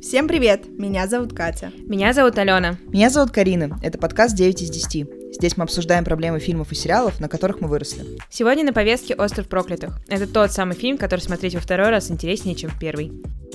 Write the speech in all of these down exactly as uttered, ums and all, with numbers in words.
Всем привет! Меня зовут Катя. Меня зовут Алена. Меня зовут Карина. Это подкаст девять из десяти. Здесь мы обсуждаем проблемы фильмов и сериалов, на которых мы выросли. Сегодня на повестке «Остров проклятых». Это тот самый фильм, который смотреть во второй раз интереснее, чем в первый.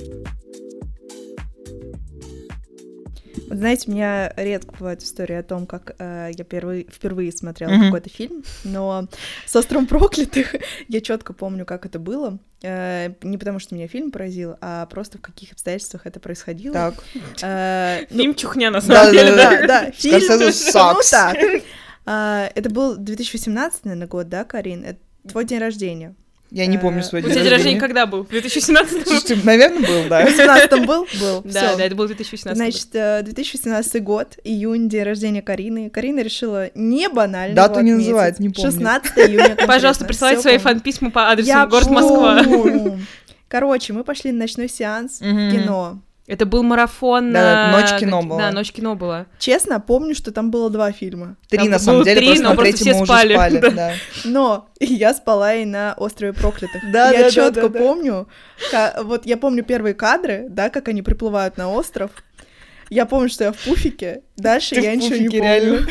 Вот знаете, у меня редко бывает история о том, как э, я первый, впервые смотрела Mm-hmm. какой-то фильм, но с «Островом проклятых» я четко помню, как это было. Э, не потому, что меня фильм поразил, а просто в каких обстоятельствах это происходило. Так. Э, ну, Фильм чухня, на самом деле. Да, да, фильм. Скорсезе Ну sucks. так. А, Это был две тысячи восемнадцатый, наверное, год, да, Карин? Это твой день рождения. Я не помню свой У день тебя день рождения рождения. когда был? В две тысячи семнадцатом? Слушайте, наверное, был, да. В восемнадцатом был? Был. Да, Всё. да, это был две тысячи восемнадцатый. Значит, э, две тысячи восемнадцатый год, июнь, день рождения Карины. Карина решила не банально Дату его не отметить. называть, не помню. шестнадцатого июня конкретно. Пожалуйста, присылайте Всё свои помню. фан-письма по адресу Я город Москва. помню. Короче, мы пошли на ночной сеанс в Мгм. кино. Это был марафон Да, на... «Ночь кино» была. Да, «Ночь кино» была. Честно, помню, что там было два фильма. Три, Там на было самом деле, три, просто но на просто третьем все мы спали. уже спали. Да. Да. Но я спала и на «Острове проклятых». Да, я да, четко да, да, да. помню, ка- вот я помню первые кадры, да, как они приплывают на остров. Я помню, что я в пуфике. Дальше Ты я в ничего не пуфике, помню. реально.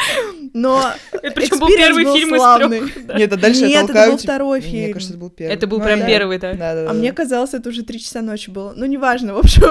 Но Это причем был экспириенс первый был фильм из славный. трех. Нет, а дальше я Нет, это толкаю был тебя. второй Мне фильм. кажется, это был первый. Это был Ну, прям да. первый, да. Да, да, А да. мне казалось, это уже три часа ночи было. Ну, неважно, в общем.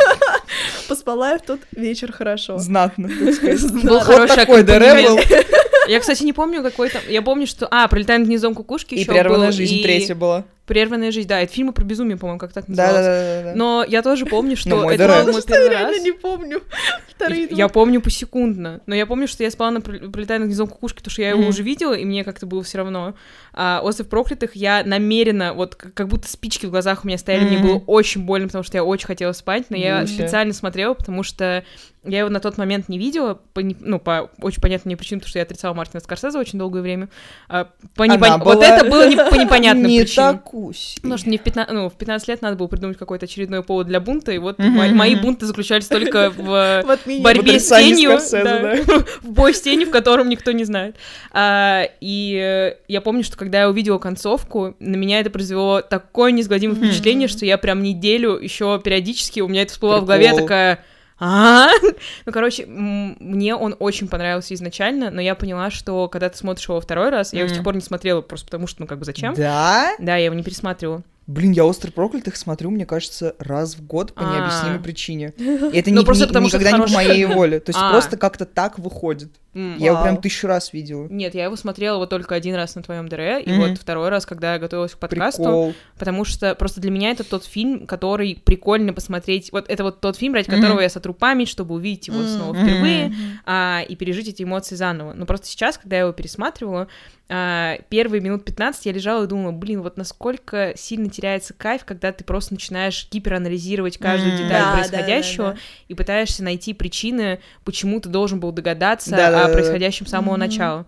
Поспала я в тот вечер хорошо. Знатно, так сказать. Был Вот хороший такой ДР был. аккомпанемент. Я, кстати, не помню, какой там... Я помню, что... А, «Пролетаем гнездом кукушки» И еще «Прерванная был, жизнь» и третья была. «Прерванная жизнь», да, это фильмы про безумие, по-моему, как так Да, называлось. да, да, да. Но я тоже помню, Ну, что мой это ДР. был мой Что я первый реально раз. не помню. Вторые Я два. помню посекундно, но я помню, что я спала на «Прол- «Пролетая над гнездом кукушки», потому что я его Мгм. уже видела, и мне как-то было все равно. А «Остров проклятых» я намеренно, вот к- как будто спички в глазах у меня стояли, мне Мгм. было очень больно, потому что я очень хотела спать, но я Вообще. специально смотрела, потому что я его на тот момент не видела, по, не- ну, по очень понятной мне причине, потому что я отрицала Мартина Скорсезе очень долгое время. А, по Она непон- Вот была это было не по непонятным Не причинам. такусь. Потому что мне в пятнадцать, ну, в пятнадцать лет надо было придумать какой-то очередной повод для бунта, и вот Мгм, мои, мои мгм. бунты заключались только в Вот меня. борьбе с отрицании тенью, Скорсезе, да, в бой с тенью, в котором никто не знает. А, и э, я помню, что когда я увидела концовку, на меня это произвело такое неизгладимое Мгм. впечатление, что я прям неделю еще периодически у меня это всплывало в голове, Прикол. такая... А, ну, короче, м, мне он очень понравился изначально, но я поняла, что когда ты смотришь его второй раз, я его с тех Мгм. пор не смотрела, просто потому что, ну, как бы, зачем? Да? Да, я его не пересматривала. Блин, я «Остров проклятых» смотрю, мне кажется, раз в год по А. необъяснимой причине. И это Ну, не- просто не- потому что никогда не это по хороший моей фильм. воле. То есть А. просто как-то так выходит. М. Я его Вау. прям тысячу раз видела. Нет, я его смотрела вот только один раз на твоем ДР, и Мгм. вот второй раз, когда я готовилась к подкасту, Прикол. потому что просто для меня это тот фильм, который прикольно посмотреть. Вот это вот тот фильм, ради Мгм. которого я сотру память, чтобы увидеть его Мгм. снова Мгм. впервые а, и пережить эти эмоции заново. Но просто сейчас, когда я его пересматривала, а, первые минут пятнадцать я лежала и думала, блин, вот насколько сильно теряется кайф, когда ты просто начинаешь гиперанализировать каждую Мгм. деталь Да, происходящего да, да, да. и пытаешься найти причины, почему ты должен был догадаться Да-да-да-да. о происходящем с самого Мгм. начала.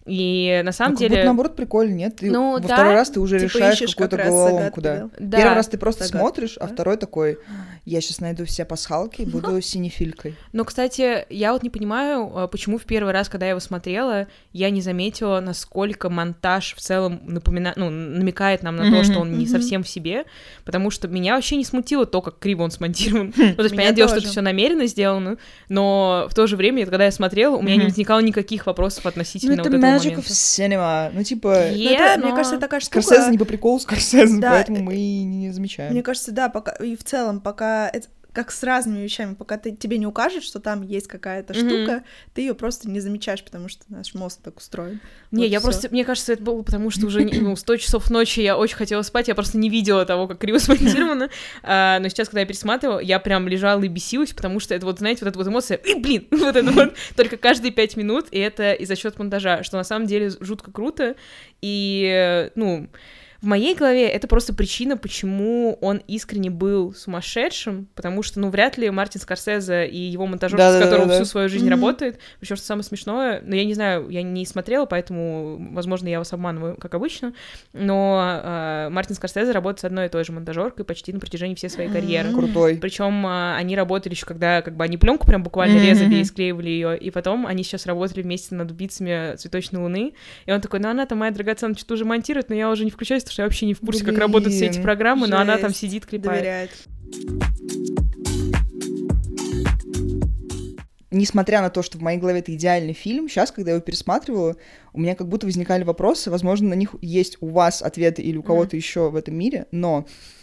И на самом Ну, как деле... будто, наоборот, прикольно, нет? Ты Ну, во да, второй раз ты уже Типа решаешь ищешь какую-то как раз головоломку, загадки, да. да. Первый раз ты просто Загадки, смотришь, а да. второй такой, я сейчас найду все пасхалки и буду синефилькой. Но, кстати, я вот не понимаю, а, почему в первый раз, когда я его смотрела, я не заметила, насколько монтаж в целом напомина... ну, намекает нам на то, Мгм. что он не Мгм. совсем в себе, потому что меня вообще не смутило то, как криво он смонтирован. Ну, то есть, Меня понятное дело, что тоже. это все намеренно сделано, но в то же время, когда я смотрела, у меня не Мгм. возникало никаких вопросов Ну, относительно это вот этого magic момента. of cinema. Ну, типа, Ну, это, Мне но- кажется, такая штука... Скорсезе не по приколу Скорсезе, Да, поэтому мы и не замечаем. Мне кажется, да, пока и в целом, пока это как с разными вещами, пока ты, тебе не укажут, что там есть какая-то Мгм. штука, ты ее просто не замечаешь, потому что наш мозг так устроен. Не, Вот я всё. просто, мне кажется, это было потому, что уже ну, сто часов ночи я очень хотела спать, я просто не видела того, как криво смонтировано. А, но сейчас, когда я пересматривала, я прям лежала и бесилась, потому что это вот, знаете, вот эта вот эмоция, «Эй, блин, вот это вот, только каждые пять минут, и это и за счет монтажа, что на самом деле жутко круто, и, ну... В моей голове это просто причина, почему он искренне был сумасшедшим, потому что, ну, вряд ли Мартин Скорсезе и его монтажер, Да, с да, которым да, да. всю свою жизнь Мгм. работает, причем что самое смешное, но я не знаю, я не смотрела, поэтому, возможно, я вас обманываю, как обычно, но э, Мартин Скорсезе работает с одной и той же монтажеркой почти на протяжении всей своей карьеры. Крутой. Причем э, они работали еще, когда как бы они пленку прям буквально Мгм. резали и склеивали ее, и потом они сейчас работали вместе над «Убийцами цветочной луны», и он такой, ну она там, моя драгоценная, что-то уже монтирует, но я уже не включаюсь, потому что я вообще не в курсе, как работают все эти Блин, программы, но она там жесть. сидит, клепает. Доверяет. несмотря на то, что в моей голове это идеальный фильм, сейчас, когда я его пересматривала, у меня как будто возникали вопросы, возможно, на них есть у вас ответы или у кого-то mm. еще в этом мире, но...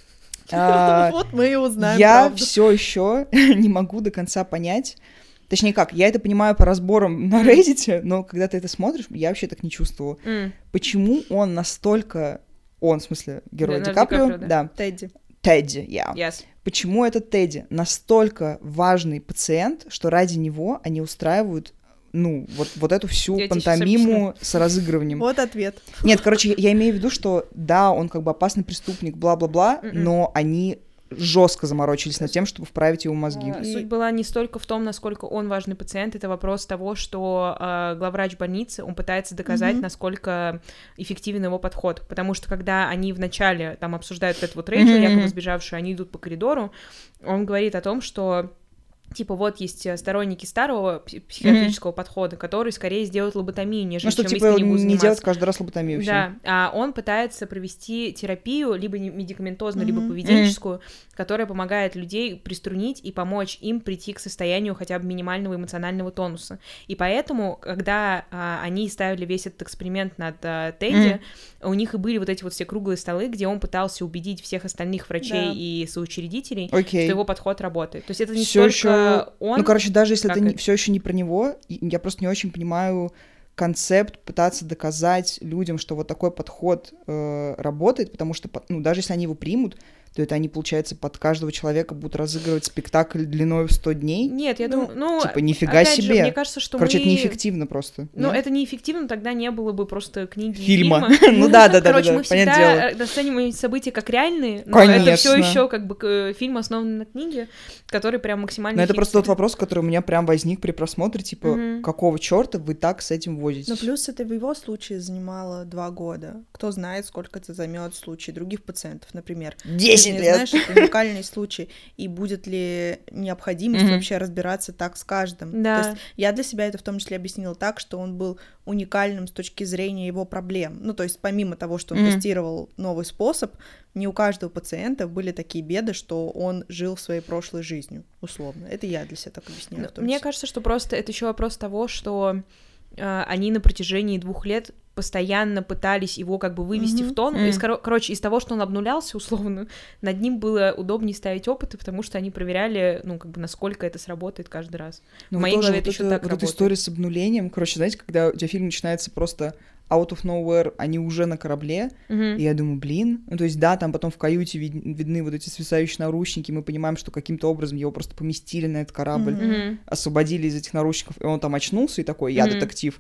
Вот мы и узнаем Я все еще не могу до конца понять. Точнее как, я это понимаю по разборам на Reddit, но когда ты это смотришь, я вообще так не чувствовала. Mm. Почему он настолько... Он, в смысле, герой Ди Ди Каприо? Каприо, да. Да. Тедди. Тедди, я. Yeah. Yes. Почему этот Тедди настолько важный пациент, что ради него они устраивают, ну, вот, вот эту всю Я пантомиму с разыгрыванием? Вот ответ. Нет, короче, я, я имею в виду, что да, он как бы опасный преступник, бла-бла-бла, Mm-mm. но они... жестко заморочились над тем, чтобы вправить его мозги. И... Суть была не столько в том, насколько он важный пациент, это вопрос того, что э, главврач больницы, он пытается доказать, mm-hmm. насколько эффективен его подход, потому что когда они вначале там обсуждают этот вот Рэйчел, mm-hmm. якобы сбежавшую, они идут по коридору, он говорит о том, что типа вот есть сторонники старого психиатрического mm-hmm. подхода, которые скорее сделают лоботомию, нежели ну, что, чем типа, искренне будут не заниматься. делать каждый раз лоботомию. Да, а он пытается провести терапию, либо медикаментозную, mm-hmm. либо поведенческую, mm-hmm. которая помогает людей приструнить и помочь им прийти к состоянию хотя бы минимального эмоционального тонуса. И поэтому, когда а, они ставили весь этот эксперимент над а, Тедди, mm-hmm. у них и были вот эти вот все круглые столы, где он пытался убедить всех остальных врачей да. и соучредителей, okay. что его подход работает. То есть это не всё столько ещё... он... Ну, короче, даже если это, это? Не, все еще не про него, я просто не очень понимаю концепт пытаться доказать людям, что вот такой подход э, работает, потому что, ну, даже если они его примут, то это они, получается, под каждого человека будут разыгрывать спектакль длиной в сто дней. Нет, я ну, думаю, ну, типа, нифига опять себе. Же, мне кажется, что Короче, мы... это неэффективно просто. Ну, нет? это неэффективно, тогда не было бы просто книги фильма. и фильма. Ну да, да, да. Короче, да, мы всегда достанем события как реальные, но Конечно. это все еще как бы фильм, основанный на книге, который прям максимально... Но это просто тот вопрос, который у меня прям возник при просмотре, типа, mm-hmm. какого черта вы так с этим возитесь? Но плюс это в его случае занимало два года. Кто знает, сколько это займет в случае других пациентов, например. Десять лет. Знаешь, это уникальный случай. И будет ли необходимость mm-hmm. вообще разбираться так с каждым? Да. То есть я для себя это в том числе объяснила так, что он был уникальным с точки зрения его проблем. Ну, то есть помимо того, что он mm-hmm. тестировал новый способ, не у каждого пациента были такие беды, что он жил в своей прошлой жизнью, условно. Это я для себя так объясняю. Мне кажется, что просто это еще вопрос того, что э, они на протяжении двух лет постоянно пытались его как бы вывести mm-hmm. в тон. Mm-hmm. Из, кор- короче, из того, что он обнулялся, условно, над ним было удобнее ставить опыты, потому что они проверяли, ну, как бы, насколько это сработает каждый раз. Ну, в моей голове вот это еще это, так вот работает. эта история с обнулением, короче, знаете, когда у тебя фильм начинается просто out of nowhere, они уже на корабле, mm-hmm. и я думаю, блин, ну, то есть, да, там потом в каюте вид- видны вот эти свисающие наручники, мы понимаем, что каким-то образом его просто поместили на этот корабль, mm-hmm. освободили из этих наручников, и он там очнулся, и такой, я mm-hmm. детектив.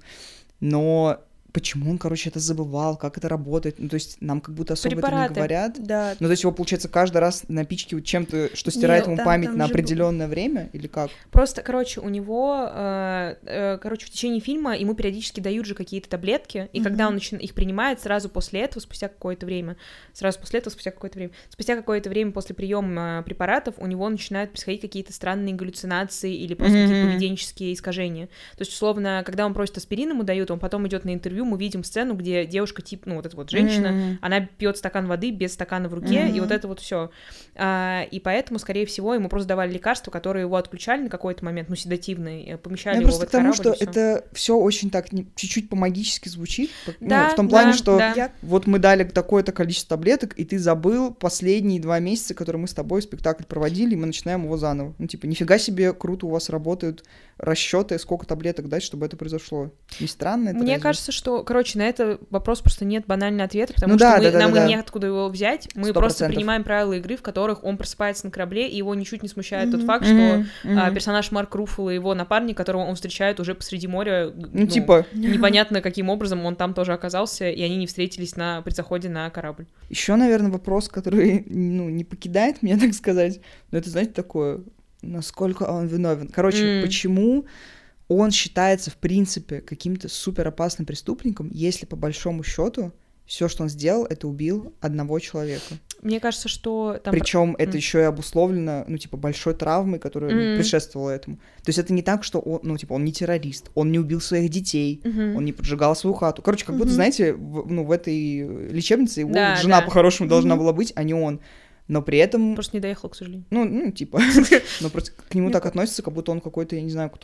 Но почему он, короче, это забывал, как это работает, ну, то есть нам как будто особо Препараты. это не говорят. Да. Ну, то есть его, получается, каждый раз напичкивают чем-то, что стирает Нет, ему там, память там на же... определенное время, или как? Просто, короче, у него, э, э, короче, в течение фильма ему периодически дают же какие-то таблетки, и mm-hmm. когда он начи- их принимает, сразу после этого, спустя какое-то время, сразу после этого, спустя какое-то время, спустя какое-то время после приема препаратов у него начинают происходить какие-то странные галлюцинации или просто mm-hmm. какие-то поведенческие искажения. То есть, условно, когда он просит аспирин, ему дают, он потом идет на интервью, мы видим сцену, где где девушка, типа, ну, вот эта вот женщина, mm-hmm. она пьет стакан воды без стакана в руке, mm-hmm. и вот это вот все. А, и поэтому, скорее всего, ему просто давали лекарства, которые его отключали на какой-то момент, ну, седативные, помещали Я его просто в этот к тому, корабль, что это все очень так не, чуть-чуть по-магически звучит, да, ну, в том плане, да, что да. вот мы дали такое-то количество таблеток, и ты забыл последние два месяца, которые мы с тобой спектакль проводили, и мы начинаем его заново. Ну, типа, нифига себе, круто у вас работают расчеты, сколько таблеток дать, чтобы это произошло. Не странно это? Мне разве? кажется, что, короче, на это вопрос просто нет банального ответа, потому ну, что да, мы, да, да, нам да, и да. неоткуда его взять. Мы сто процентов. Просто принимаем правила игры, в которых он просыпается на корабле, и его ничуть не смущает mm-hmm. тот факт, mm-hmm. что mm-hmm. а, персонаж Марк Руффало и его напарник, которого он встречает уже посреди моря, ну, ну, типа... непонятно, каким образом он там тоже оказался, и они не встретились на, при заходе на корабль. Еще, наверное, вопрос, который, ну, не покидает меня, так сказать, но это, знаете, такое, насколько он виновен. Короче, mm. почему он считается, в принципе, каким-то суперопасным преступником, если, по большому счету, все, что он сделал, это убил одного человека. Мне кажется, что там... Причем mm. это еще и обусловлено, ну, типа, большой травмой, которая mm. предшествовала этому. То есть это не так, что он, ну, типа, он не он он не убил своих детей, mm-hmm. он не поджигал свою хату. Короче, как mm-hmm. будто, знаете, в, ну, в этой лечебнице его да, жена да. по-хорошему должна mm-hmm. была быть, а не он. Но при этом... Просто не доехал, к сожалению. Ну, ну типа, но просто к нему так относятся, как будто он какой-то, я не знаю, кто...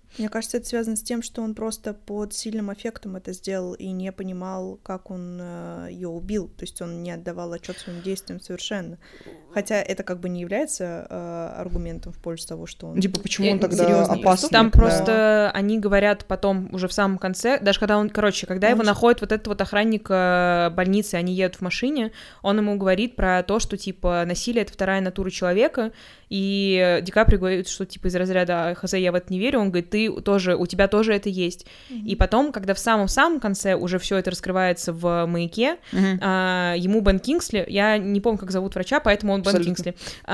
Мне кажется, это связано с тем, что он просто под сильным аффектом это сделал и не понимал, как он э, ее убил. То есть он не отдавал отчет своим действиям совершенно. Хотя это как бы не является э, аргументом в пользу того, что он... Типа, почему он э, тогда серьёзный опасный? Там Да. просто они говорят потом уже в самом конце, даже когда он, короче, когда Он его же- находит вот этот вот охранник э, больницы, они едут в машине, он ему говорит про то, что, типа, насилие — это вторая натура человека, и Ди Каприо говорит, что, типа, из разряда «Хозе, я в это не верю», он говорит, ты тоже, у тебя тоже это есть. Мгм. И потом, когда в самом-самом конце уже все это раскрывается в «Маяке», Мгм. а, ему Бен Кингсли, я не помню, как зовут врача, поэтому он Бен Абсолютно. Кингсли,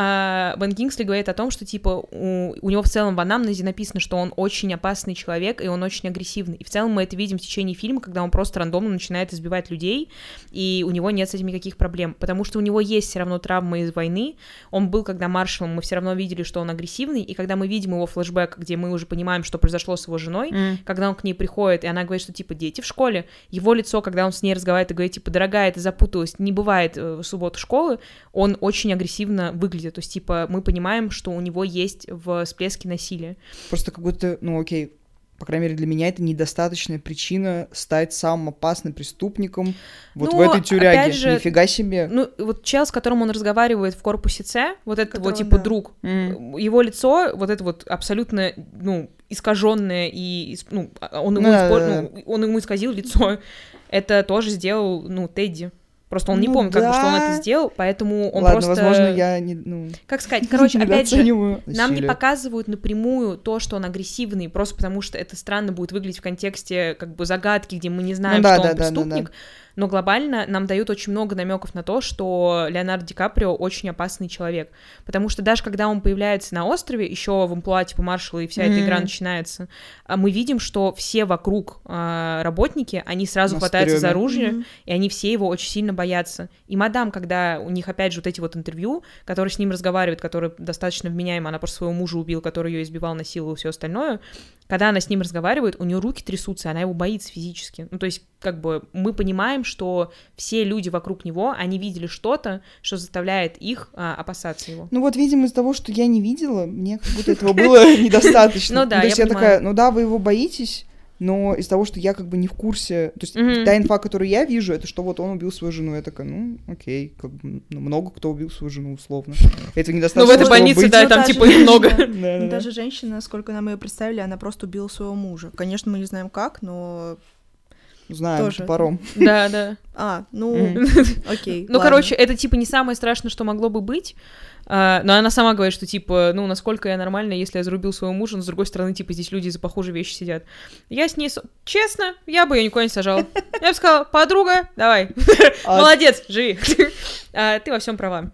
а, Бен Кингсли говорит о том, что, типа, у, у него в целом в анамнезе написано, что он очень опасный человек, и он очень агрессивный. И в целом мы это видим в течение фильма, когда он просто рандомно начинает избивать людей, и у него нет с этим никаких проблем, потому что у него есть все равно травмы из войны. Он был, когда маршалом, мы все равно видели, что он агрессивный, и когда мы видим его флешбэк, где мы уже понимаем, что произошло с его женой, М. когда он к ней приходит, и она говорит, что, типа, дети в школе, его лицо, когда он с ней разговаривает и говорит, типа, дорогая, ты запуталась, не бывает э, в субботу школы, он очень агрессивно выглядит, то есть, типа, мы понимаем, что у него есть всплески насилия. Просто как будто, ну окей, по крайней мере, для меня это недостаточная причина стать самым опасным преступником вот Ну, в этой тюряге. опять же, Нифига себе. Ну, вот чел, с которым он разговаривает в корпусе С, вот этот Которого, вот, типа, да. друг, М. его лицо, вот это вот абсолютно, ну, искаженное, и, ис- ну, он ему, Ну, испор- да, да, ну, он ему исказил лицо, это тоже сделал, ну, Тедди. Просто он не Ну помнит, как бы, что он да. это сделал, поэтому он Ладно, просто... возможно, я не, ну, Как сказать, короче, опять же, недооцениваю нам не насилие. показывают напрямую то, что он агрессивный, просто потому что это странно будет выглядеть в контексте как бы загадки, где мы не знаем, Ну да, что да, он да, да, преступник. да. Но глобально нам дают очень много намеков на то, что Леонардо Ди Каприо очень опасный человек. Потому что даже когда он появляется на острове, еще в амплуа типа маршала, и вся эта игра Мгм. начинается, а, мы видим, что все вокруг а, работники, они сразу На хватаются за стрёме. оружие, Мгм. и они все его очень сильно боятся. И мадам, когда у них опять же вот эти вот интервью, который с ним разговаривает, который достаточно вменяемо, она просто своего мужа убила, который ее избивал, насиловал и все остальное, когда она с ним разговаривает, у нее руки трясутся, она его боится физически. Ну, то есть, как бы, мы понимаем, что все люди вокруг него, они видели что-то, что заставляет их а, опасаться его. Ну вот, видимо, из-за того, что я не видела, мне как будто этого было недостаточно. Ну да, То есть я я такая, ну да, вы его боитесь, но из-за того, что я как бы не в курсе... То есть Мгм. та инфа, которую я вижу, это что вот он убил свою жену. Я такая, ну окей, как бы, ну, много кто убил свою жену, условно. Это недостаточно, Ну, в этой чтобы больнице, быть- да, Ну, там та же типа их много. женщина- Да, да, Ну, да. Даже женщина, сколько нам ее представили, она просто убила своего мужа. Конечно, мы не знаем как, но... Знаем, тоже. топором. Да, да. А, ну, Мгм. окей, Ну, ладно. короче, это типа не самое страшное, что могло бы быть. А, но она сама говорит, что типа, ну, насколько я нормальная, если я зарубил своего мужа, но с другой стороны, типа, здесь люди за похуже вещи сидят. Я с ней... с- Честно, я бы ее никуда не сажала. Я бы сказала, подруга, давай, А- молодец, живи. А, Ты во всем права.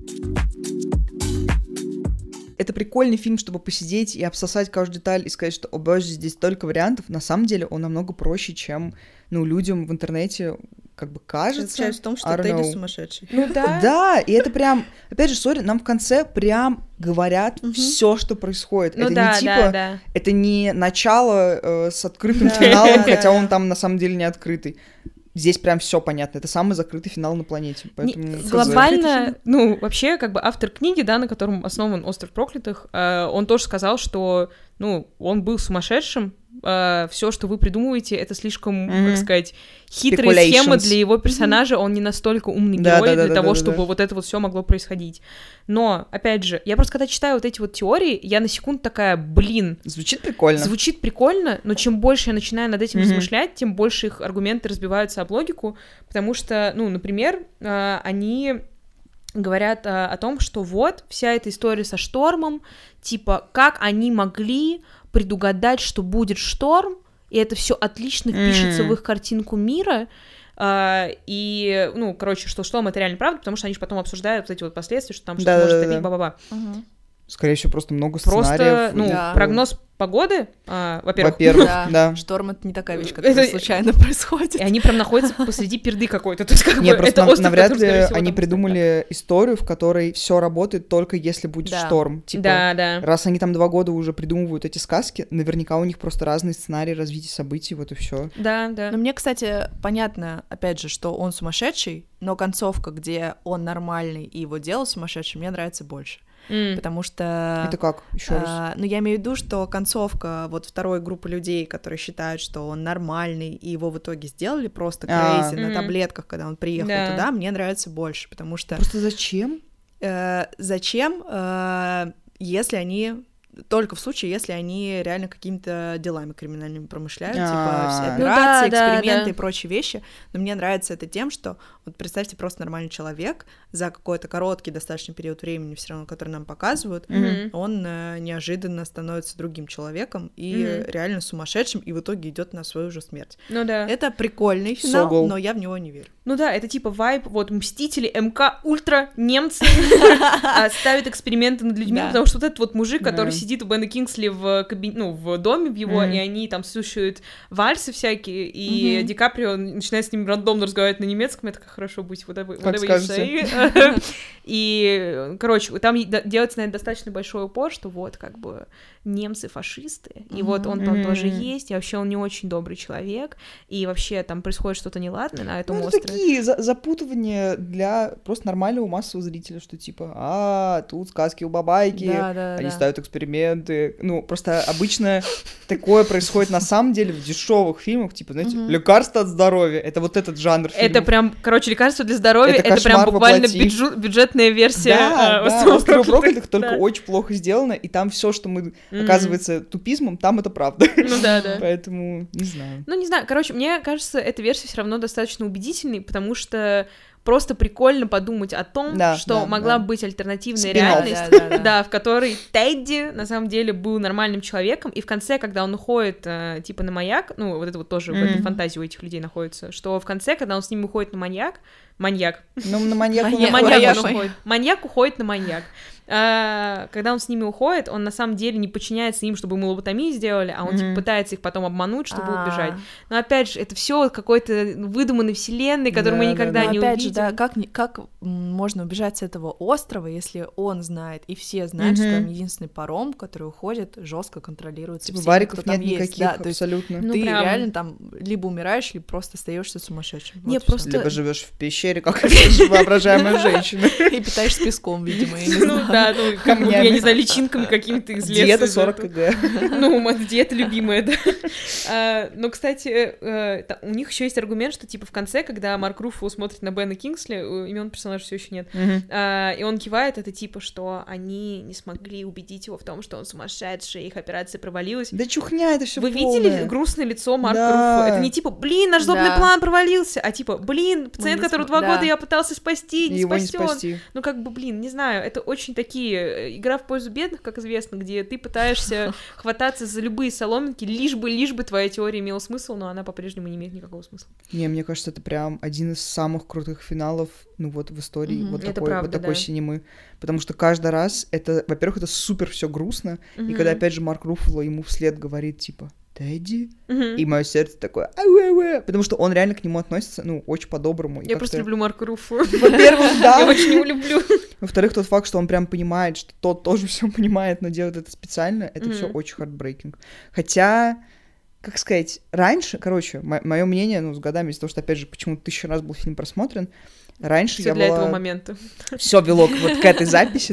Это прикольный фильм, чтобы посидеть и обсосать каждую деталь и сказать, что, о боже, здесь столько вариантов. На самом деле он намного проще, чем, ну, людям в интернете как бы кажется. Заключается в том, I что don't Тедди know. сумасшедший. Ну да. Да, и это прям, опять же, сори, нам в конце прям говорят Мгм. все, что происходит. Ну это да, не типа, да, да. это не начало э, с открытым Да, финалом, да, хотя да. он там на самом деле не открытый. Здесь прям все понятно. Это самый закрытый финал на планете. Не- Поэтому хз. глобально, ну, вообще, как бы автор книги, да, на котором основан «Остров проклятых», э, он тоже сказал, что, ну, он был сумасшедшим, все, что вы придумываете, это слишком, Мгм. как сказать, хитрые схемы Speculations. для его персонажа, он не настолько умный Да, герой да, да, для да, того, да, да, чтобы да. вот это вот все могло происходить. Но, опять же, я просто когда читаю вот эти вот теории, я на секунду такая, блин, Звучит прикольно. звучит прикольно, но чем больше я начинаю над этим Мгм. размышлять, тем больше их аргументы разбиваются об логику, потому что, ну, например, э, они говорят э, о том, что вот вся эта история со штормом, типа, как они могли предугадать, что будет шторм, и это все отлично впишется Мгм. в их картинку мира. А, и, ну, короче, что шторм — это реально правда, потому что они же потом обсуждают вот эти вот последствия, что там что-то может Да-да-да-да. топить, ба-ба-ба. Мгм. Скорее всего, просто много Просто, сценариев. ну, и- Да. прогноз погоды, а, во-первых, Во-первых, Да. да. Шторм — это не такая вещь, которая Это- случайно происходит. и они прям находятся посреди перды какой-то. То есть, как Не, бы, просто это нав- остров, навряд который, ли скорее всего, они там придумали историю, в которой все работает только если будет Да. шторм. стоит. Типа, Да, да. раз они там два года уже придумывают эти сказки, наверняка у них просто разные сценарии развития событий, вот и все. Да, да. Но мне, кстати, понятно, опять же, что он сумасшедший, но концовка, где он нормальный и его дело сумасшедший, мне нравится больше. mm. потому что... Это как? Еще раз. А, ну, я имею в виду, что концовка вот второй группы людей, которые считают, что он нормальный, и его в итоге сделали просто крейзи а. на mm-hmm. таблетках, когда он приехал да. туда, мне нравится больше, потому что... Просто зачем? Э, зачем, э, если они... Только в случае, если они реально какими-то делами криминальными промышляют, А-а-а. типа все операции, ну, да, эксперименты да, да. и прочие вещи. Но мне нравится это тем, что вот представьте, просто нормальный человек за какой-то короткий достаточно период времени, все равно, который нам показывают, mm-hmm. он э, неожиданно становится другим человеком и mm-hmm. реально сумасшедшим, и в итоге идет на свою же смерть. Ну да. Это прикольный финал, Согол. Но я в него не верю. Ну да, это типа вайб, вот Мстители, МК, Ультра, немцы ставят эксперименты над людьми, потому что вот этот вот мужик, который сидит у Бена Кингсли в кабинете, ну, в доме в его, и они там слушают вальсы всякие, и Ди Каприо начинает с ним рандомно разговаривать на немецком, это как хорошо быть, вот это и, короче, там делается, наверное, достаточно большой упор, что вот, как бы, немцы фашисты, и вот он там тоже есть, и вообще он не очень добрый человек, и вообще там происходит что-то неладное на этом острове. Такие запутывания для просто нормального массового зрителя, что типа, а, тут сказки у бабайки, да, да, они да. ставят эксперименты. Ну, просто обычно такое происходит на самом деле в дешевых фильмах, типа, знаете, угу. лекарство от здоровья. Это вот этот жанр фильмов. Это прям, короче, лекарство для здоровья, это, это прям буквально бюджет, бюджетная версия. Да, а, да, «Остров проклятых», только да. очень плохо сделано, и там все, что мы, mm-hmm. оказывается, тупизмом, там это правда. Ну да, да. Поэтому не знаю. Ну, не знаю, короче, мне кажется, эта версия все равно достаточно убедительной, потому что просто прикольно подумать о том, да, что да, могла да. быть альтернативная Спин-офф. реальность, да, да, да. да, в которой Тедди на самом деле был нормальным человеком, и в конце, когда он уходит э, типа на маяк, ну вот это вот тоже mm-hmm. в этой фантазии у этих людей находится, что в конце, когда он с ними уходит на маньяк, маньяк, ну на маньяк, маньяк, маньяк, он уходит, маньяк уходит на маньяк. А, когда он с ними уходит, он на самом деле не подчиняется им, чтобы ему лоботомию сделали, а он mm-hmm. типа пытается их потом обмануть, чтобы А-а-а. убежать. Но опять же, это все какой-то выдуманной вселенной, которую да, мы никогда да, не опять увидим. Же, да, как, как можно убежать с этого острова, если он знает, и все знают, mm-hmm. что там единственный паром, который уходит, жестко контролируется типа, всеми, вариков кто там нет есть. никаких, Да, абсолютно. То есть, ну, ты прям... реально там либо умираешь, либо просто остаешься сумасшедшим. Не, вот просто... Либо живешь в пещере, как воображаемая женщина. И питаешься песком, видимо, я не знаю. Ну да, ну камнями. Я не знаю, личинками какими-то из леса. Диета сорок килограмм. Ну, моя диета любимая, да. А, но, кстати, э, та, у них еще есть аргумент, что, типа, в конце, когда Марк Руффало смотрит на Бена Кингсли, имен персонажа все еще нет, uh-huh. а, и он кивает, это типа, что они не смогли убедить его в том, что он сумасшедший, их операция провалилась. Да чухня, это все Вы полное. видели грустное лицо Марка да. Руффало? Это не типа, блин, наш злобный да. план провалился, а типа, блин, пациент, который два да. года я пытался спасти, не его спасен. Не спасти. Ну, как бы, блин, не знаю, это очень такие... Игра в пользу бедных, как известно, где ты пытаешься хвататься за любые соломинки, лишь бы, лишь бы твоя теория имела смысл, но она по-прежнему не имеет никакого смысла. Не, мне кажется, это прям один из самых крутых финалов, ну вот в истории mm-hmm. вот, такой, правда, вот такой да. синемы. Потому что каждый раз это, во-первых, это супер все грустно, mm-hmm. и когда опять же Марк Руффало ему вслед говорит, типа, Тедди, mm-hmm. и мое сердце такое, ау-ау-ау, потому что он реально к нему относится, ну, очень по-доброму. Я просто люблю Марка Руффало. Во-первых, да. Я очень его люблю. Во-вторых, тот факт, что он прям понимает, что тот тоже все понимает, но делает это специально, это mm-hmm. все очень heartbreaking. Хотя, как сказать, раньше, короче, мо- мое мнение, ну, с годами, из-за того, что, опять же, почему-то тысячу раз был фильм просмотрен, раньше Всё я для была... этого момента. Все вело вот к этой записи,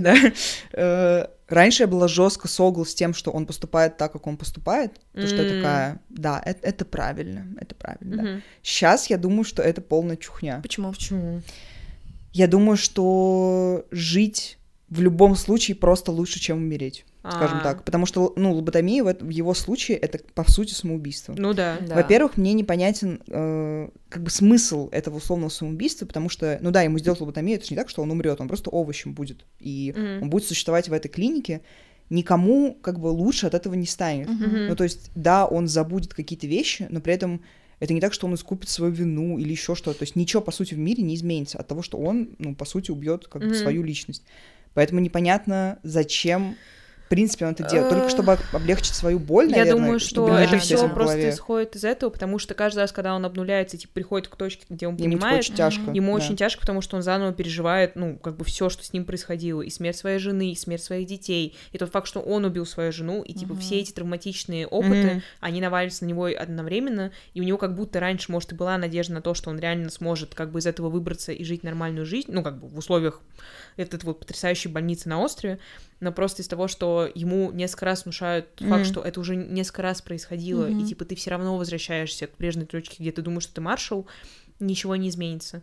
да. Раньше я была жестко согл с тем, что он поступает так, как он поступает, потому что я такая, да, это, это правильно, это правильно, да. Сейчас я думаю, что это полная чухня. Почему? Почему? Я думаю, что жить в любом случае просто лучше, чем умереть, скажем А. так. Потому что, ну, лоботомия в, в его случае это, по сути, самоубийство. Ну да. Да. Во-первых, мне непонятен э, как бы смысл этого условного самоубийства, потому что, ну да, ему сделать лоботомию, это же не так, что он умрет, он просто овощем будет, и Mm-hmm. он будет существовать в этой клинике, никому как бы лучше от этого не станет. Mm-hmm. Ну то есть, да, он забудет какие-то вещи, но при этом это не так, что он искупит свою вину или еще что-то. То есть ничего, по сути, в мире не изменится от того, что он, ну, по сути, убьет как бы Mm-hmm. свою личность. Поэтому непонятно, зачем в принципе, он это делает? Только чтобы облегчить свою боль, наверное? Я думаю, что это все просто исходит из этого, потому что каждый раз, когда он обнуляется, типа, приходит к точке, где он ему понимает, очень тяжко, ему да. очень тяжко, потому что он заново переживает, ну, как бы все, что с ним происходило, и смерть своей жены, и смерть своих детей, и тот факт, что он убил свою жену, и, типа, mm-hmm. все эти травматичные опыты, mm-hmm. они наваливаются на него одновременно, и у него как будто раньше, может, и была надежда на то, что он реально сможет, как бы, из этого выбраться и жить нормальную жизнь, ну, как бы, в условиях этой вот потрясающей больницы на острове, но просто из того, что ему несколько раз внушают mm-hmm. факт, что это уже несколько раз происходило, mm-hmm. и, типа, ты все равно возвращаешься к прежней точке, где ты думаешь, что ты маршал, ничего не изменится.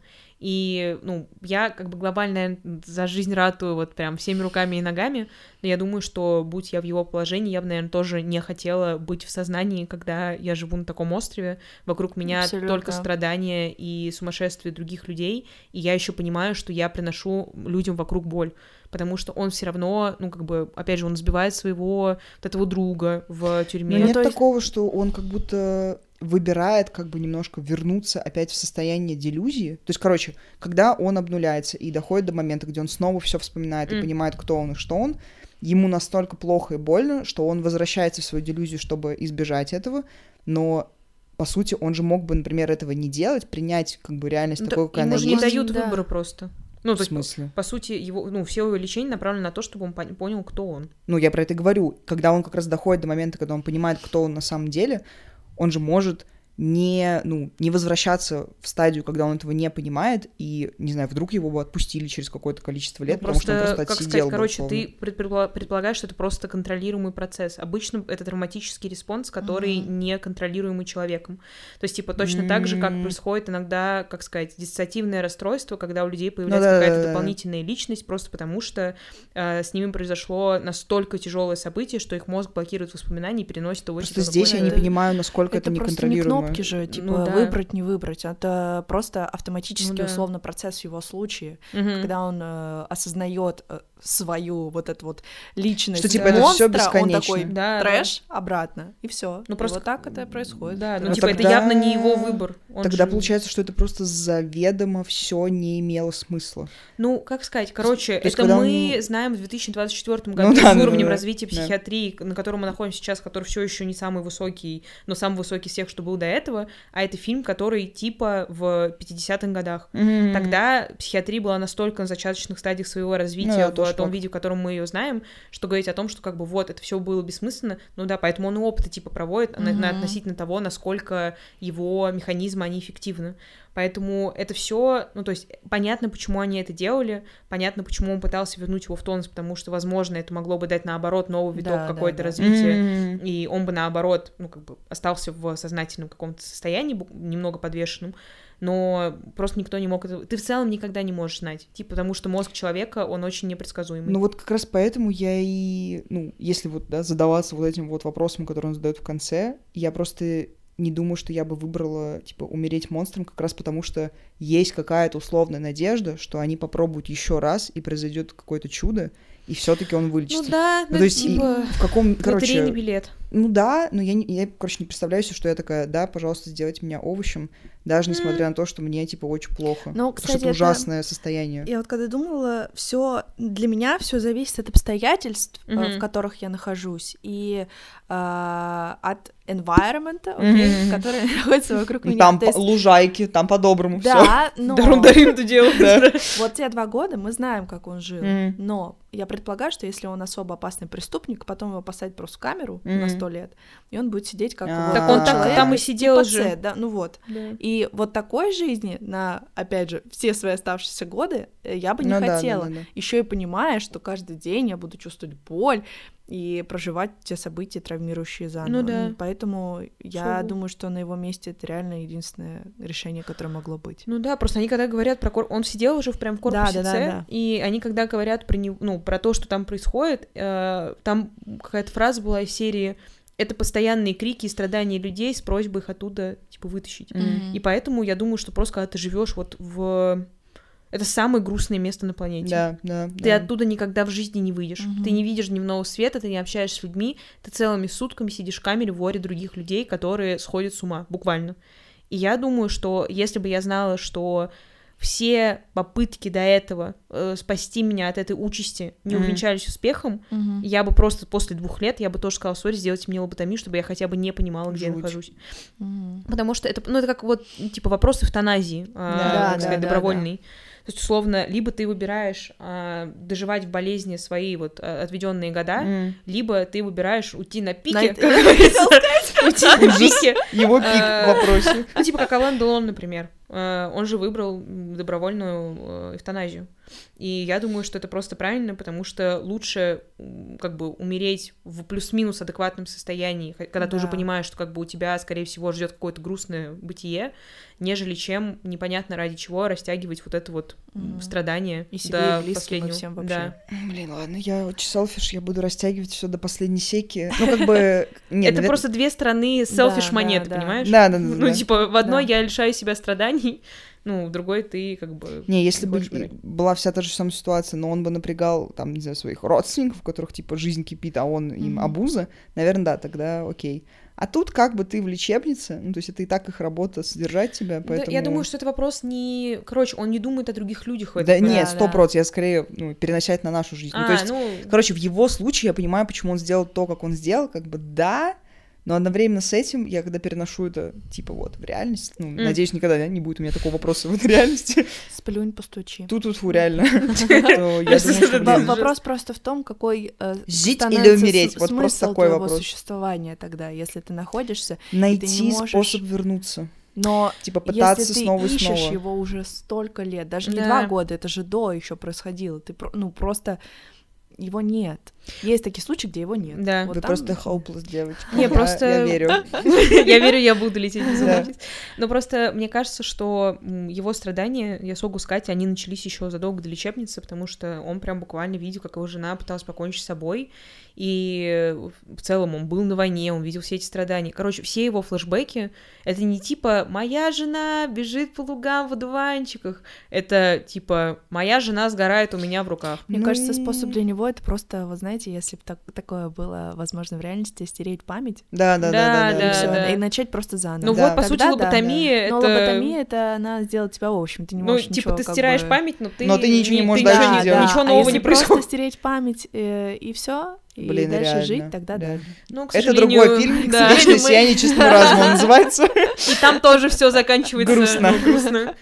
И, ну, я как бы глобально за жизнь ратую вот прям всеми руками и ногами, но я думаю, что будь я в его положении, я бы, наверное, тоже не хотела быть в сознании, когда я живу на таком острове, вокруг меня Абсолютно. Только страдания и сумасшествие других людей, и я еще понимаю, что я приношу людям вокруг боль, потому что он все равно, ну, как бы, опять же, он сбивает своего вот этого друга в тюрьме. Но нет есть... такого, что он как будто выбирает как бы немножко вернуться опять в состояние делюзии. То есть, короче, когда он обнуляется и доходит до момента, где он снова все вспоминает и mm. понимает, кто он и что он, ему настолько плохо и больно, что он возвращается в свою делюзию, чтобы избежать этого, но по сути он же мог бы, например, этого не делать, принять как бы реальность да, такой, какая она есть. Ему не дают да. выбора просто. Ну, в то смысле? Есть, по сути, его, ну, все его лечение направлено на то, чтобы он понял, кто он. Ну, я про это говорю. Когда он как раз доходит до момента, когда он понимает, кто он на самом деле, он же может не, ну, не возвращаться в стадию, когда он этого не понимает, и, не знаю, вдруг его бы отпустили через какое-то количество лет, ну, потому что он просто как отсидел сказать, короче, бы, ты предполагаешь, что это просто контролируемый процесс. Обычно это травматический респонс, который mm-hmm. не контролируемый человеком. То есть, типа, точно mm-hmm. так же, как происходит иногда, как сказать, диссоциативное расстройство, когда у людей появляется ну, да, какая-то да, дополнительная да. личность, просто потому что э, с ними произошло настолько тяжелое событие, что их мозг блокирует воспоминания и переносит его... Просто здесь я не понимаю, насколько это, это неконтролируемо. Кнопки же, типа, ну, да. выбрать, не выбрать. Это просто автоматический, ну, да. условно, процесс в его случае, угу. когда он э, осознает э, свою вот эту вот личность что, типа, монстра, это всё бесконечно. Он такой да, трэш, да. обратно, и все. Ну, просто вот так это происходит. Да, ну, ну типа, тогда... это явно не его выбор. Он тогда же... получается, что это просто заведомо все не имело смысла. Ну, как сказать, короче, то это мы он... знаем в две тысячи двадцать четвёртом году ну, да, с уровнем да, развития да. психиатрии, на котором мы находимся сейчас, который все еще не самый высокий, но самый высокий из всех, что был до этого, а это фильм, который типа в пятидесятых годах. Mm-hmm. Тогда психиатрия была настолько на зачаточных стадиях своего развития, ну, в том виде, в котором мы ее знаем, что говорить о том, что как бы вот, это все было бессмысленно, ну да, поэтому он и опыты типа проводит mm-hmm. на, на относительно того, насколько его механизмы, они эффективны. Поэтому это все, ну, то есть, понятно, почему они это делали, понятно, почему он пытался вернуть его в тонус, потому что, возможно, это могло бы дать, наоборот, новый виток да, какое-то да, да. развитие, mm-hmm. и он бы, наоборот, ну, как бы остался в сознательном каком-то состоянии, немного подвешенном, но просто никто не мог это... Ты в целом никогда не можешь знать, типа, потому что мозг человека, он очень непредсказуемый. Ну, вот как раз поэтому я и, ну, если вот, да, задаваться вот этим вот вопросом, который он задает в конце, я просто... не думаю, что я бы выбрала, типа, умереть монстром, как раз потому, что есть какая-то условная надежда, что они попробуют еще раз, и произойдет какое-то чудо, и все-таки он вылечится. Ну да, ну, то есть типа в каком, короче, лотерейный билет. Ну да, но я, не, я, короче, не представляю себе, что я такая, да, пожалуйста, сделайте меня овощем, даже mm. несмотря на то, что мне, типа, очень плохо. Ну, потому кстати, что это ужасное это... состояние. Я вот когда думала, все для меня все зависит от обстоятельств, mm-hmm. в которых я нахожусь, и э, от environment, okay, mm-hmm. который находится вокруг меня. Там есть... лужайки, там по-доброму всё. Да, но... Даром-дарим это дело. Вот те два года мы знаем, как он жил, но я предполагаю, что если он особо опасный преступник, потом его посадят просто в камеру на сто лет, и он будет сидеть как его так он так там и сидел же. Да, ну вот. И вот такой жизни на, опять же, все свои оставшиеся годы я бы не хотела. Еще и понимая, что каждый день я буду чувствовать боль и проживать те события, травмирующие заново. Ну да. Поэтому я Шо? думаю, что на его месте это реально единственное решение, которое могло быть. Ну да, просто они когда говорят про кор... он сидел уже прям в корпусе да, да, С, да, да. и они когда говорят про него, ну, про то, что там происходит, э, там какая-то фраза была из серии: это постоянные крики и страдания людей с просьбой их оттуда, типа, вытащить. Mm-hmm. И поэтому я думаю, что просто когда ты живешь вот в... Это самое грустное место на планете. Да, да, ты да. оттуда никогда в жизни не выйдешь. Mm-hmm. Ты не видишь дневного света, ты не общаешься с людьми, ты целыми сутками сидишь в камере в воре других людей, которые сходят с ума, буквально. И я думаю, что если бы я знала, что все попытки до этого э, спасти меня от этой участи не mm-hmm. увенчались успехом, mm-hmm. я бы просто после двух лет, я бы тоже сказала, сори, сделайте мне лоботомию, чтобы я хотя бы не понимала, где Жуть. я нахожусь. Mm-hmm. Потому что это, ну, это как вот, типа, вопрос эвтаназии, да, э, да, так сказать, да, добровольный. Да. То есть, условно, либо ты выбираешь а, доживать в болезни свои вот отведенные года, mm. либо ты выбираешь уйти на пике, как говорится, уйти на пике. Его пик в вопросе. Ну, типа, как Алан Делон, например. Он же выбрал добровольную эвтаназию. И я думаю, что это просто правильно, потому что лучше как бы умереть в плюс-минус адекватном состоянии, когда да. ты уже понимаешь, что как бы у тебя, скорее всего, ждет какое-то грустное бытие, нежели чем непонятно ради чего растягивать вот это вот mm. страдание и себе, до и близким, и всем вообще. Да. Блин, ладно, я вот селфиш, я буду растягивать все до последней секи. Ну, как бы... Это просто две стороны селфиш монеты, понимаешь? Да, да, да. Ну, типа, в одной я лишаю себя страданий, ну, в другой ты как бы... Не, если бы была вся та же самая ситуация, но он бы напрягал, там, не знаю, своих родственников, у которых, типа, жизнь кипит, а он им mm-hmm. обуза, наверное, да, тогда окей. А тут как бы ты в лечебнице, ну, то есть это и так их работа содержать тебя, поэтому... Да, я думаю, что это вопрос не... Короче, он не думает о других людях в этом. Да нет, сто процентов, я скорее, ну, переносять на нашу жизнь. А, ну, то есть, ну... короче, в его случае я понимаю, почему он сделал то, как он сделал, как бы да... Но одновременно с этим, я когда переношу это, типа, вот, в реальность, ну, mm. надеюсь, никогда да, не будет у меня такого вопроса в этой реальности. Сплюнь, постучи. Тут-тут, реально. Вопрос просто в том, какой жить или умереть, вот просто такой вопрос. Существования тогда, если ты находишься, найти способ вернуться. Но типа пытаться снова и снова. Если ты ищешь его уже столько лет, даже не два года, это же до еще происходило, ты, ну, просто... Его нет. Есть такие случаи, где его нет. Да. Вот Вы там... просто hopeless, девочка. Не, просто... Я верю. Я верю, я буду лететь без ума. Но просто мне кажется, что его страдания, я могу сказать, они начались еще задолго до лечебницы, потому что он прям буквально видел, как его жена пыталась покончить с собой, и в целом он был на войне, он видел все эти страдания. Короче, все его флешбеки — это не типа «моя жена бежит по лугам в одуванчиках», это типа «моя жена сгорает у меня в руках». Мне ну... кажется, способ для него — это просто, вы знаете, если бы так, такое было возможно в реальности, стереть память. Да, да, да, да, да, и, да, да. и начать просто заново. Ну да. вот, по Тогда, сути, лоботомия да, это... Но лоботомия — это она сделает тебя, в общем, ты не можешь ну, типа, ничего... ты как стираешь бы... память, но ты... Но ты ничего не можешь дальше да, делать. Да. Ничего нового а не происходит. Просто стереть память э, и все. И Блин, дальше реально, жить, тогда да. да. Ну, к это другой фильм, да. «Вечное сияние чистого разума» называется. И там тоже все заканчивается грустно. Ну, грустно.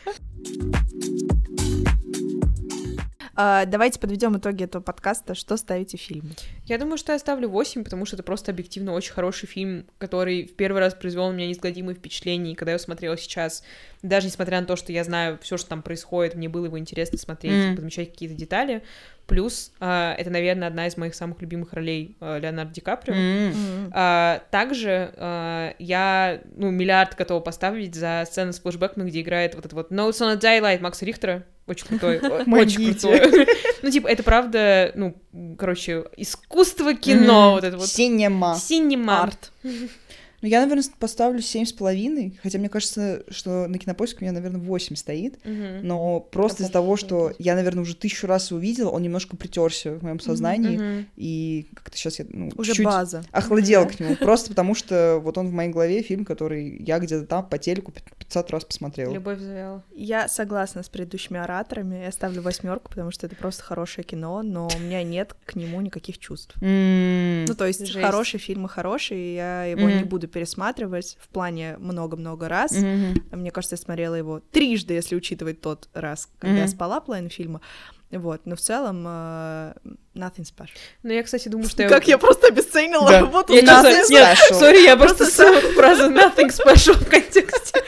Uh, давайте подведем итоги этого подкаста. Что ставите фильму? Я думаю, что я ставлю восемь, потому что это просто объективно очень хороший фильм, который в первый раз произвел на меня неизгладимые впечатления, и когда я его смотрела сейчас, даже несмотря на то, что я знаю все, что там происходит, мне было его интересно смотреть, mm. подмечать какие-то детали. Плюс uh, это, наверное, одна из моих самых любимых ролей uh, Леонардо Ди Каприо. Mm. Uh, также uh, я, ну, миллиард готова поставить за сцену с флешбэками, где играет вот это вот Notes on a Daylight Макса Рихтера. Очень крутой, очень крутой. Ну, типа, это правда, ну, короче, искусство кино, вот это вот. Синема. Синема. Арт. Ну, я, наверное, поставлю семь с половиной, хотя мне кажется, что на Кинопоиске у меня, наверное, восемь стоит, угу. но просто из-за того, что я, наверное, уже тысячу раз его видела, он немножко притерся в моем сознании, угу. и как-то сейчас я ну, уже чуть база. охладела к нему, просто потому что вот он в моей голове фильм, который я где-то там по телеку пятьсот раз посмотрела. Любовь завяла. Я согласна с предыдущими ораторами, я ставлю восьмерку, потому что это просто хорошее кино, но у меня нет к нему никаких чувств. Mm. Ну, то есть Жесть. Хорошие фильмы хорошие, я его mm. не буду пересматривать в плане много-много раз. Mm-hmm. Мне кажется, я смотрела его трижды, если учитывать тот раз, когда mm-hmm. я спала половину фильма. Вот, но в целом uh, nothing special. Ну, я, кстати, думаю, что... Как я, я просто обесценила да. работу. Я nothing Нет, сори, я просто фразу nothing special в контексте.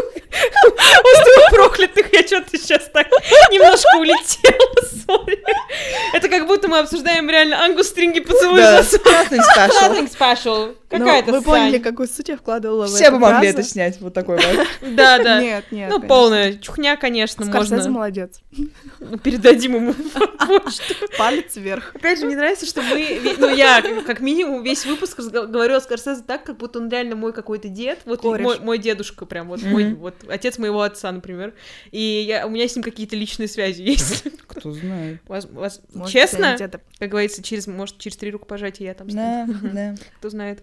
Остров проклятых, я что-то сейчас так немножко улетела, сори. Это как будто мы обсуждаем реально Ангус Стринги поцелуй да. за Nothing special. Nothing special. Какая-то Вы поняли, какую суть я вкладывала в Все бы могли фразу? это снять, вот такой вот. Да, да. Нет, нет. Ну, полная чухня, конечно, Скорсезе можно... молодец. Передадим ему почту. Палец вверх. Опять же, мне нравится, что мы... Ну, я, как минимум, весь выпуск говорю о Скорсезе так, как будто он реально мой какой-то дед. Вот мой, мой дедушка прям, вот mm-hmm. мой, вот отец моего отца, например. И я, у меня с ним какие-то личные связи есть. Кто знает. Вас, вас, честно, как говорится, через, может, через три рукопожатия я там стану. Да, да. Кто знает.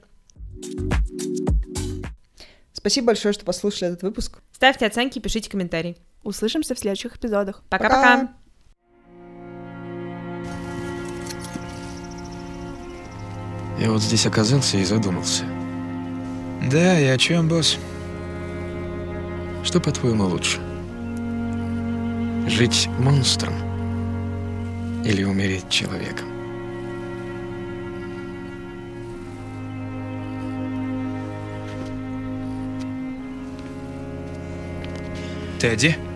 Спасибо большое, что послушали этот выпуск. Ставьте оценки, пишите комментарии. Услышимся в следующих эпизодах. Пока-пока! Я вот здесь оказался и задумался. Да, и о чем, босс? Что, по-твоему, лучше? Жить монстром или умереть человеком? Тедди?